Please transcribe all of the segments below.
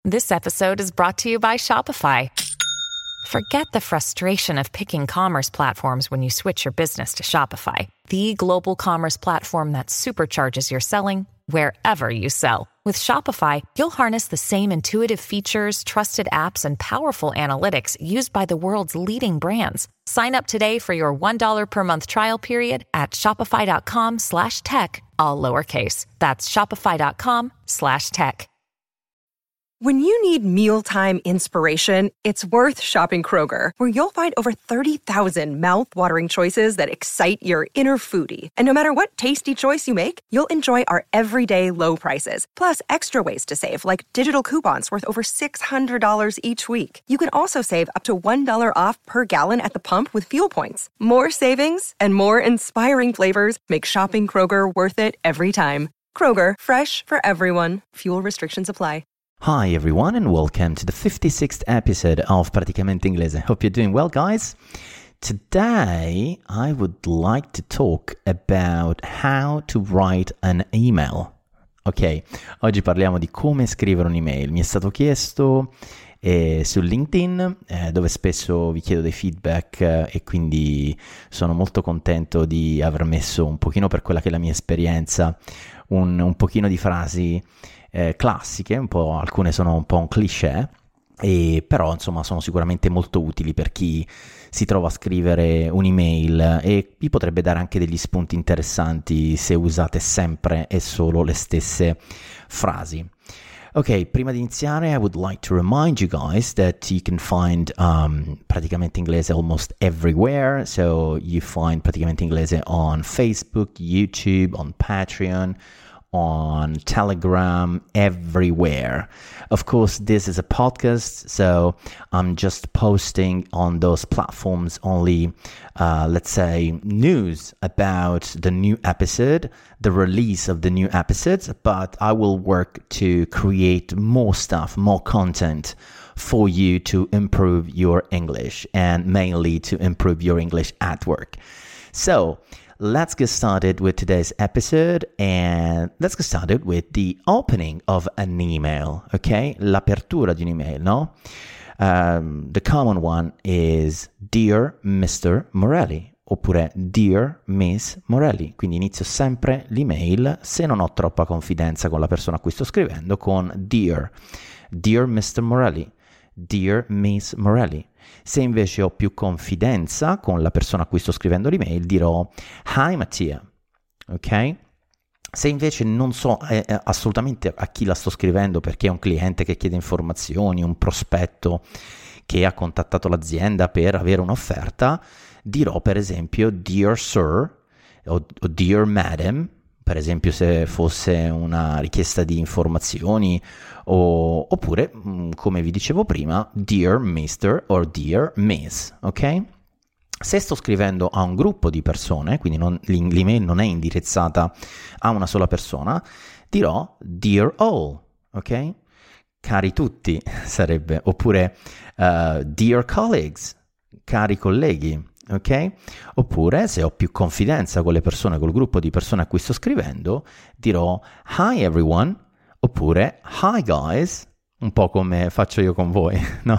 This episode is brought to you by Shopify. Forget the frustration of picking commerce platforms when you switch your business to Shopify, the global commerce platform that supercharges your selling wherever you sell. With Shopify, you'll harness the same intuitive features, trusted apps, and powerful analytics used by the world's leading brands. Sign up today for your $1 per month trial period at shopify.com/tech, all lowercase. That's shopify.com/tech. When you need mealtime inspiration, it's worth shopping Kroger, where you'll find over 30,000 mouth-watering choices that excite your inner foodie. And no matter what tasty choice you make, you'll enjoy our everyday low prices, plus extra ways to save, like digital coupons worth over $600 each week. You can also save up to $1 off per gallon at the pump with fuel points. More savings and more inspiring flavors make shopping Kroger worth it every time. Kroger, fresh for everyone. Fuel restrictions apply. Hi everyone and welcome to the 56th episode of Praticamente Inglese. Hope you're doing well, guys. Today I would like to talk about how to write an email. Ok, oggi parliamo di come scrivere un'email. Mi è stato chiesto su LinkedIn, dove spesso vi chiedo dei feedback e quindi sono molto contento di aver messo un pochino, per quella che è la mia esperienza, un pochino di frasi classiche, alcune sono un po' un cliché, però insomma sono sicuramente molto utili per chi si trova a scrivere un'email e vi potrebbe dare anche degli spunti interessanti se usate sempre e solo le stesse frasi. Ok, prima di iniziare, I would like to remind you guys that you can find Praticamente Inglese almost everywhere. So you find Praticamente Inglese on Facebook, YouTube, on Patreon, on Telegram, everywhere. Of course, this is a podcast, so I'm just posting on those platforms only, let's say, news about the new episode, the release of the new episodes, but I will work to create more stuff, more content for you to improve your English and mainly to improve your English at work. So, let's get started with today's episode, and let's get started with the opening of an email, okay? L'apertura di un'email, no? The common one is Dear Mr. Morelli, oppure Dear Miss Morelli. Quindi inizio sempre l'email, se non ho troppa confidenza con la persona a cui sto scrivendo, con Dear Mr. Morelli, Dear Miss Morelli. Se invece ho più confidenza con la persona a cui sto scrivendo l'email, dirò Hi Mattia, ok? Se invece non so assolutamente a chi la sto scrivendo, perché è un cliente che chiede informazioni, un prospetto che ha contattato l'azienda per avere un'offerta, dirò per esempio Dear Sir o Dear Madam, per esempio se fosse una richiesta di informazioni, oppure, come vi dicevo prima, Dear Mr. or Dear Miss, ok? Se sto scrivendo a un gruppo di persone, quindi l'email non è indirizzata a una sola persona, dirò Dear All, ok? Cari tutti sarebbe, oppure Dear Colleagues, cari colleghi, ok? Oppure se ho più confidenza con le persone, col gruppo di persone a cui sto scrivendo, dirò Hi everyone, oppure Hi guys, un po' come faccio io con voi, no?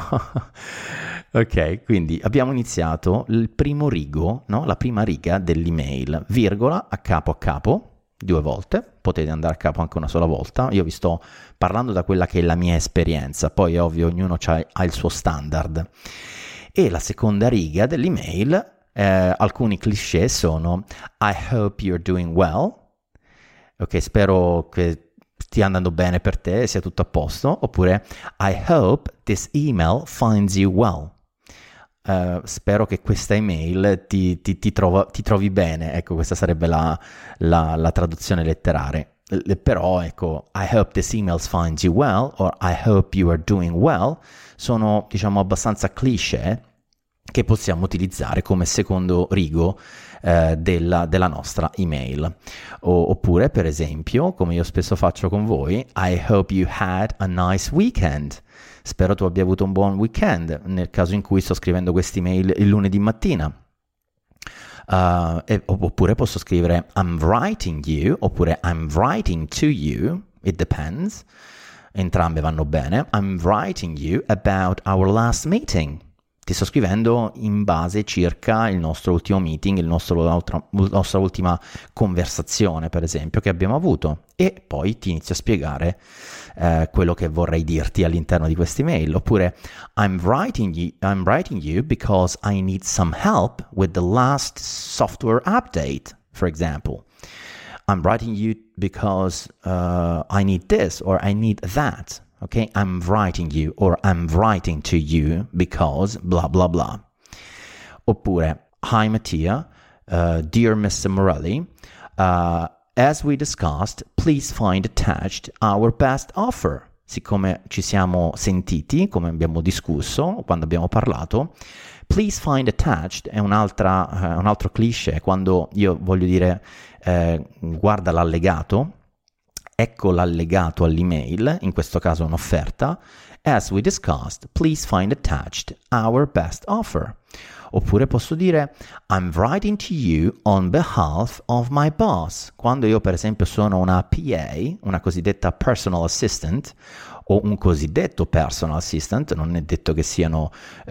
Ok, quindi abbiamo iniziato il primo rigo, no? La prima riga dell'email, virgola a capo, 2 volte, potete andare a capo anche una sola volta, io vi sto parlando da quella che è la mia esperienza, poi è ovvio ognuno ha il suo standard. E la seconda riga dell'email, alcuni cliché sono I hope you're doing well, ok, spero che stia andando bene per te, sia tutto a posto, oppure I hope this email finds you well. Spero che questa email ti trovi bene, ecco, questa sarebbe la traduzione letterale. Però ecco, I hope this email finds you well or I hope you are doing well sono, diciamo, abbastanza cliché che possiamo utilizzare come secondo rigo della nostra email. Oppure, per esempio, come io spesso faccio con voi, I hope you had a nice weekend. Spero tu abbia avuto un buon weekend, nel caso in cui sto scrivendo quest'email il lunedì mattina. Oppure posso scrivere I'm writing you, oppure I'm writing to you, it depends. entrambe vanno bene. I'm writing you about our last meeting. Ti sto scrivendo in base circa il nostro ultimo meeting, la nostra ultima conversazione, per esempio, che abbiamo avuto. E poi ti inizio a spiegare quello che vorrei dirti all'interno di questa email. Oppure I'm writing you because I need some help with the last software update, for example. I'm writing you because I need this or I need that. Okay, I'm writing you or I'm writing to you because blah blah blah. Oppure, hi Mattia, dear Mr. Morelli, as we discussed, please find attached our best offer. Siccome ci siamo sentiti, come abbiamo discusso, quando abbiamo parlato, please find attached è un altro cliché, quando io voglio dire guarda l'allegato. Ecco l'allegato all'email, in questo caso un'offerta. As we discussed, please find attached our best offer. Oppure posso dire I'm writing to you on behalf of my boss. Quando io per esempio sono una PA, una cosiddetta personal assistant, o un cosiddetto personal assistant, non è detto che siano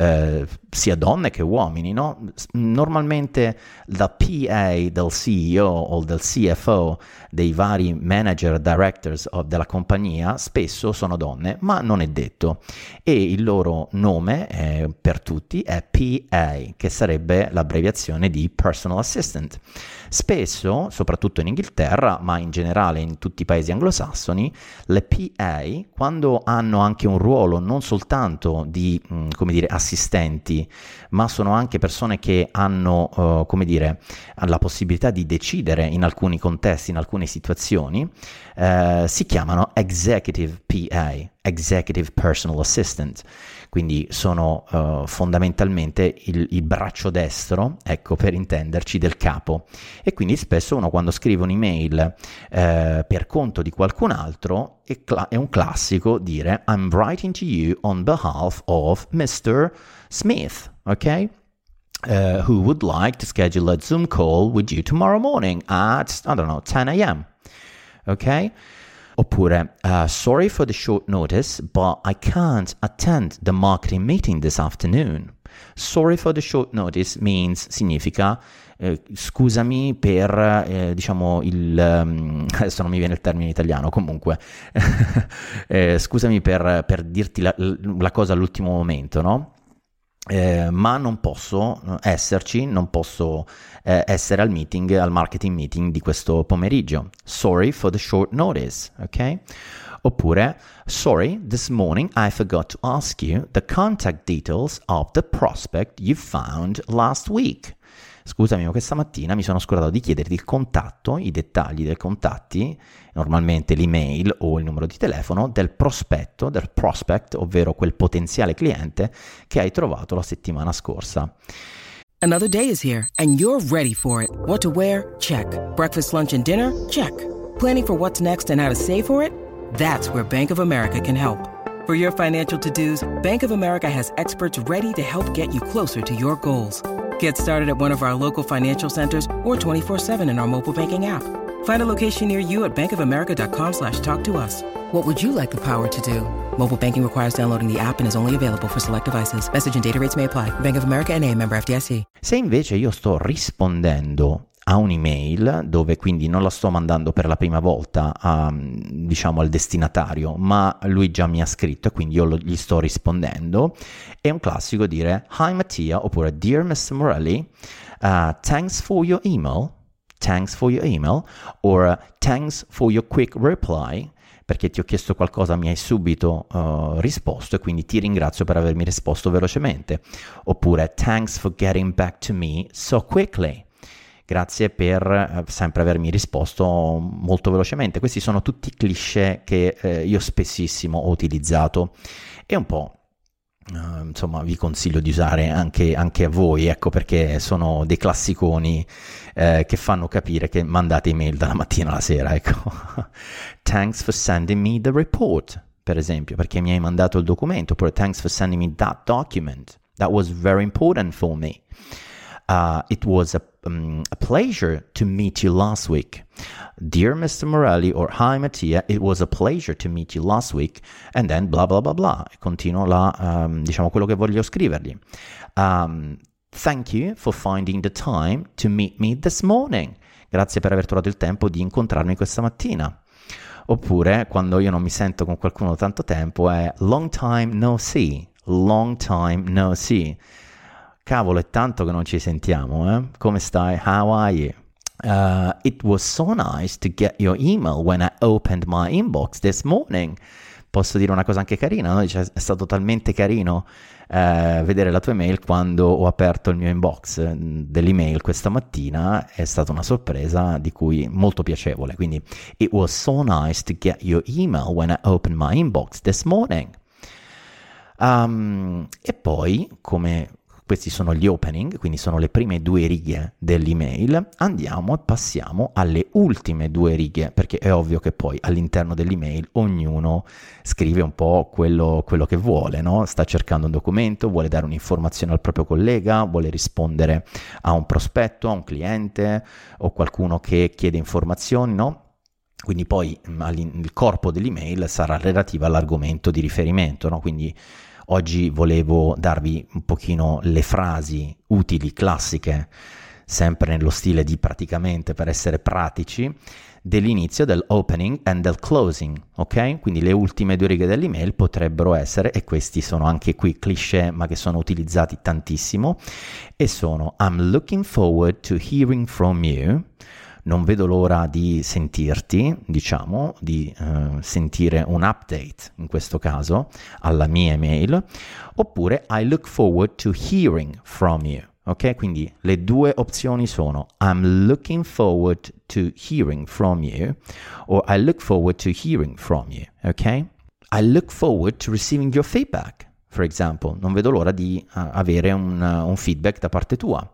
sia donne che uomini, no? Normalmente la PA del CEO o del CFO, dei vari manager, directors della compagnia, spesso sono donne, ma non è detto. E il loro nome per tutti è PA, che sarebbe l'abbreviazione di personal assistant. Spesso, soprattutto in Inghilterra, ma in generale in tutti i paesi anglosassoni, le PA, quando hanno anche un ruolo non soltanto di, assistenti, ma sono anche persone che hanno, la possibilità di decidere in alcuni contesti, in alcune situazioni, si chiamano executive PA, executive personal assistant. Quindi sono fondamentalmente il braccio destro, ecco, per intenderci, del capo. E quindi spesso uno, quando scrive un'email per conto di qualcun altro, è un classico dire I'm writing to you on behalf of Mr. Smith, ok? Who would like to schedule a Zoom call with you tomorrow morning at, 10 a.m. Ok? Oppure, sorry for the short notice, but I can't attend the marketing meeting this afternoon. Sorry for the short notice significa scusami per, adesso non mi viene il termine in italiano, comunque, scusami per dirti la cosa all'ultimo momento, no? Ma non posso esserci, non posso essere al marketing meeting di questo pomeriggio. Sorry for the short notice, ok? Oppure, sorry, this morning I forgot to ask you the contact details of the prospect you found last week. Scusami, ma questa mattina mi sono scordato di chiederti il contatto, i dettagli dei contatti, normalmente l'email o il numero di telefono del prospect, ovvero quel potenziale cliente che hai trovato la settimana scorsa. Another day is here and you're ready for it. What to wear? Check. Breakfast, lunch, and dinner? Check. Planning for what's next and how to save for it? That's where Bank of America can help. For your financial to-dos, Bank of America has experts ready to help get you closer to your goals. Get started at one of our local financial centers or 24/7 in our mobile banking app. Find a location near you at bankofamerica.com/talktous. What would you like the power to do? Mobile banking requires downloading the app and is only available for select devices. Message and data rates may apply. Bank of America NA, member FDIC. Se invece io sto rispondendo a un'email, dove quindi non la sto mandando per la prima volta al destinatario, ma lui già mi ha scritto e quindi io gli sto rispondendo, è un classico dire Hi Mattia, oppure Dear Mr. Morelli, thanks for your email, or thanks for your quick reply, perché ti ho chiesto qualcosa, mi hai subito risposto e quindi ti ringrazio per avermi risposto velocemente. Oppure thanks for getting back to me so quickly. Grazie per sempre avermi risposto molto velocemente. Questi sono tutti cliché che io spessissimo ho utilizzato e un po' vi consiglio di usare anche a voi, ecco, perché sono dei classiconi che fanno capire che mandate email dalla mattina alla sera, ecco. Thanks for sending me the report, per esempio, perché mi hai mandato il documento. Oppure thanks for sending me that document. That was very important for me. It was a pleasure to meet you last week. Dear Mr. Morelli, or Hi Mattia, it was a pleasure to meet you last week. And then bla bla bla bla. Continuo diciamo quello che voglio scrivergli. Thank you for finding the time to meet me this morning. Grazie per aver trovato il tempo di incontrarmi questa mattina. Oppure, quando io non mi sento con qualcuno da tanto tempo, è long time no see. Long time no see. Cavolo, è tanto che non ci sentiamo, eh? Come stai? How are you? It was so nice to get your email when I opened my inbox this morning. Posso dire una cosa anche carina, no? Dice, è stato talmente carino vedere la tua email quando ho aperto il mio inbox dell'email questa mattina. È stata una sorpresa di cui molto piacevole. Quindi, it was so nice to get your email when I opened my inbox this morning. E poi, come questi sono gli opening, quindi sono le prime 2 righe dell'email, andiamo e passiamo alle ultime 2 righe, perché è ovvio che poi all'interno dell'email ognuno scrive un po' quello che vuole, no? Sta cercando un documento, vuole dare un'informazione al proprio collega, vuole rispondere a un prospetto, a un cliente o qualcuno che chiede informazioni, no? Quindi poi il corpo dell'email sarà relativo all'argomento di riferimento, no? Quindi oggi volevo darvi un pochino le frasi utili, classiche, sempre nello stile di praticamente, per essere pratici, dell'inizio, del opening and del closing, ok? Quindi le ultime 2 righe dell'email potrebbero essere, e questi sono anche qui cliché, ma che sono utilizzati tantissimo, e sono I'm looking forward to hearing from you. Non vedo l'ora di sentirti, diciamo, di sentire un update, in questo caso, alla mia email, oppure I look forward to hearing from you, ok? Quindi le 2 opzioni sono I'm looking forward to hearing from you, or I look forward to hearing from you, ok? I look forward to receiving your feedback, for example. Non vedo l'ora di avere un feedback da parte tua.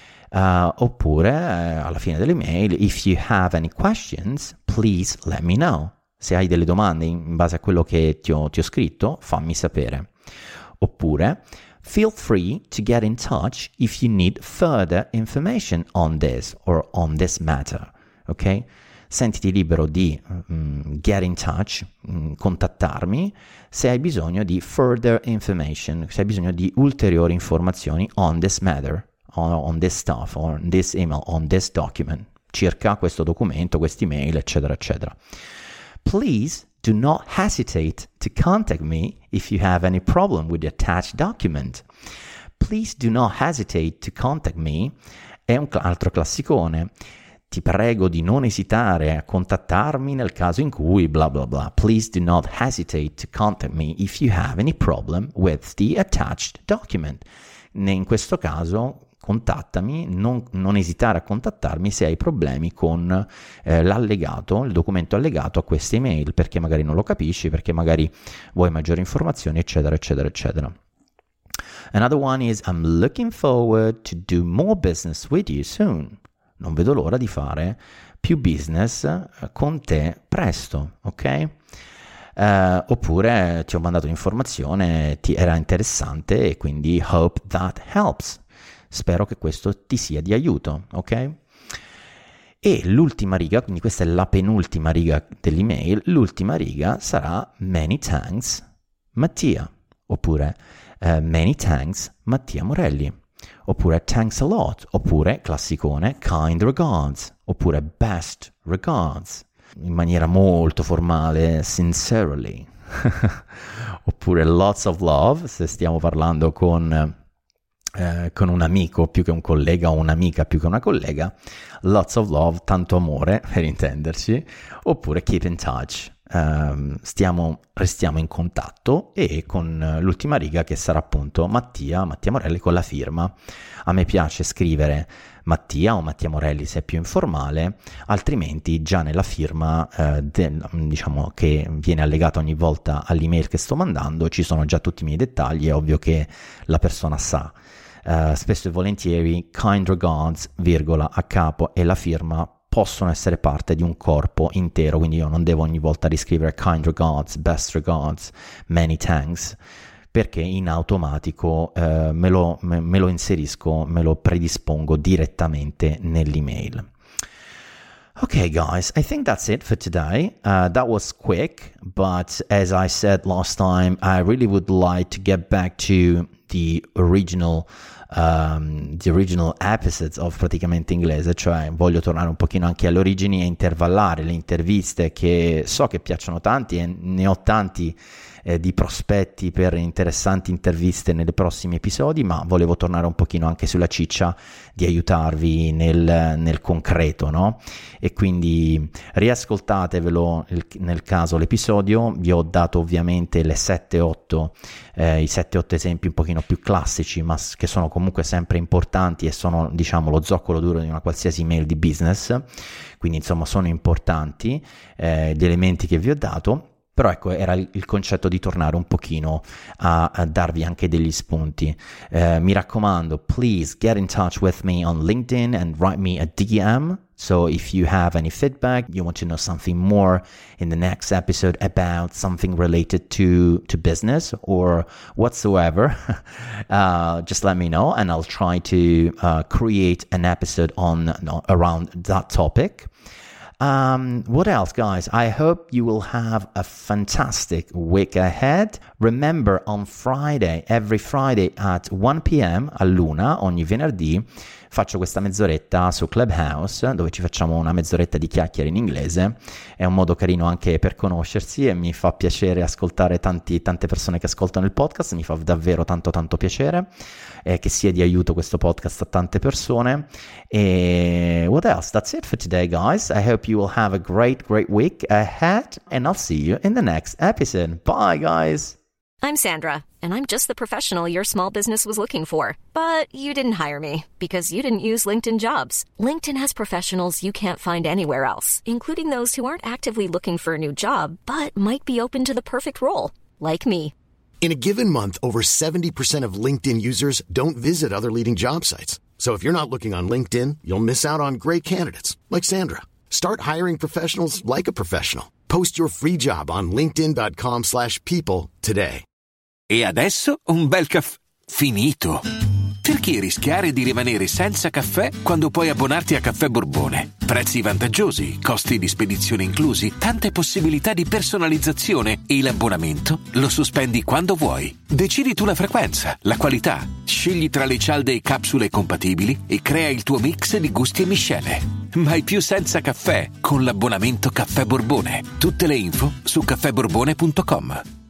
Oppure alla fine dell'email, if you have any questions, please let me know. Se hai delle domande in base a quello che ti ho scritto, fammi sapere. Oppure, feel free to get in touch if you need further information on this or on this matter. Ok? Sentiti libero di get in touch, contattarmi, se hai bisogno di further information, se hai bisogno di ulteriori informazioni on this matter, on this stuff, on this email, on this document, circa questo documento, quest'email, eccetera, eccetera. Please do not hesitate to contact me if you have any problem with the attached document. Please do not hesitate to contact me è un altro classicone. Ti prego di non esitare a contattarmi nel caso in cui bla bla bla. Please do not hesitate to contact me if you have any problem with the attached document. In questo caso contattami, non esitare a contattarmi se hai problemi con l'allegato, il documento allegato a questa email, perché magari non lo capisci, perché magari vuoi maggiori informazioni, eccetera, eccetera, eccetera. Another one is I'm looking forward to do more business with you soon. Non vedo l'ora di fare più business con te presto, ok? Oppure ti ho mandato un'informazione, ti era interessante e quindi hope that helps. Spero che questo ti sia di aiuto, ok? E l'ultima riga, quindi questa è la penultima riga dell'email, l'ultima riga sarà many thanks Mattia, oppure many thanks Mattia Morelli, oppure thanks a lot, oppure classicone kind regards, oppure best regards, in maniera molto formale sincerely, oppure lots of love se stiamo parlando con un amico più che un collega o un'amica più che una collega, lots of love, tanto amore per intenderci, oppure keep in touch, restiamo in contatto, e con l'ultima riga che sarà appunto Mattia Morelli con la firma. A me piace scrivere Mattia o Mattia Morelli se è più informale, altrimenti già nella firma diciamo che viene allegata ogni volta all'email che sto mandando ci sono già tutti i miei dettagli, è ovvio che la persona sa. Spesso e volentieri kind regards, virgola, a capo e la firma possono essere parte di un corpo intero, quindi io non devo ogni volta riscrivere kind regards, best regards, many thanks, perché in automatico me lo inserisco, me lo predispongo direttamente nell'email. Okay, guys, I think that's it for today. That was quick, but as I said last time, I really would like to get back to the original episodes of Praticamente Inglese, cioè voglio tornare un pochino anche alle origini e intervallare le interviste che so che piacciono tanti e ne ho tanti di prospetti per interessanti interviste nei prossimi episodi, ma volevo tornare un pochino anche sulla ciccia di aiutarvi nel concreto, no? E quindi riascoltatevelo nel caso l'episodio. Vi ho dato ovviamente i 7-8 esempi un pochino più classici, ma che sono comunque sempre importanti e sono, diciamo, lo zoccolo duro di una qualsiasi email di business, quindi insomma sono importanti gli elementi che vi ho dato. Però ecco, era il concetto di tornare un pochino a darvi anche degli spunti. Mi raccomando, please get in touch with me on LinkedIn and write me a DM. So if you have any feedback, you want to know something more in the next episode about something related to business or whatsoever, just let me know and I'll try to create an episode around that topic. What else, guys? I hope you will have a fantastic week ahead. Remember, on Friday, every Friday at 1 p.m. all'1 ogni venerdì faccio questa mezz'oretta su Clubhouse, dove ci facciamo una mezz'oretta di chiacchiere in inglese. È un modo carino anche per conoscersi e mi fa piacere ascoltare tante persone che ascoltano il podcast. Mi fa davvero tanto piacere che sia di aiuto questo podcast a tante persone. E what else? That's it for today, guys. I hope you will have a great week ahead and I'll see you in the next episode. Bye, guys. I'm Sandra, and I'm just the professional your small business was looking for. But you didn't hire me because you didn't use LinkedIn Jobs. LinkedIn has professionals you can't find anywhere else, including those who aren't actively looking for a new job, but might be open to the perfect role, like me. In a given month, over 70% of LinkedIn users don't visit other leading job sites. So if you're not looking on LinkedIn, you'll miss out on great candidates like Sandra. Start hiring professionals like a professional. Post your free job on linkedin.com/people today. E adesso un bel caffè finito. Perché rischiare di rimanere senza caffè quando puoi abbonarti a Caffè Borbone? Prezzi vantaggiosi, costi di spedizione inclusi, tante possibilità di personalizzazione e l'abbonamento lo sospendi quando vuoi. Decidi tu la frequenza, la qualità, scegli tra le cialde e capsule compatibili e crea il tuo mix di gusti e miscele. Mai più senza caffè con l'abbonamento Caffè Borbone. Tutte le info su caffèborbone.com.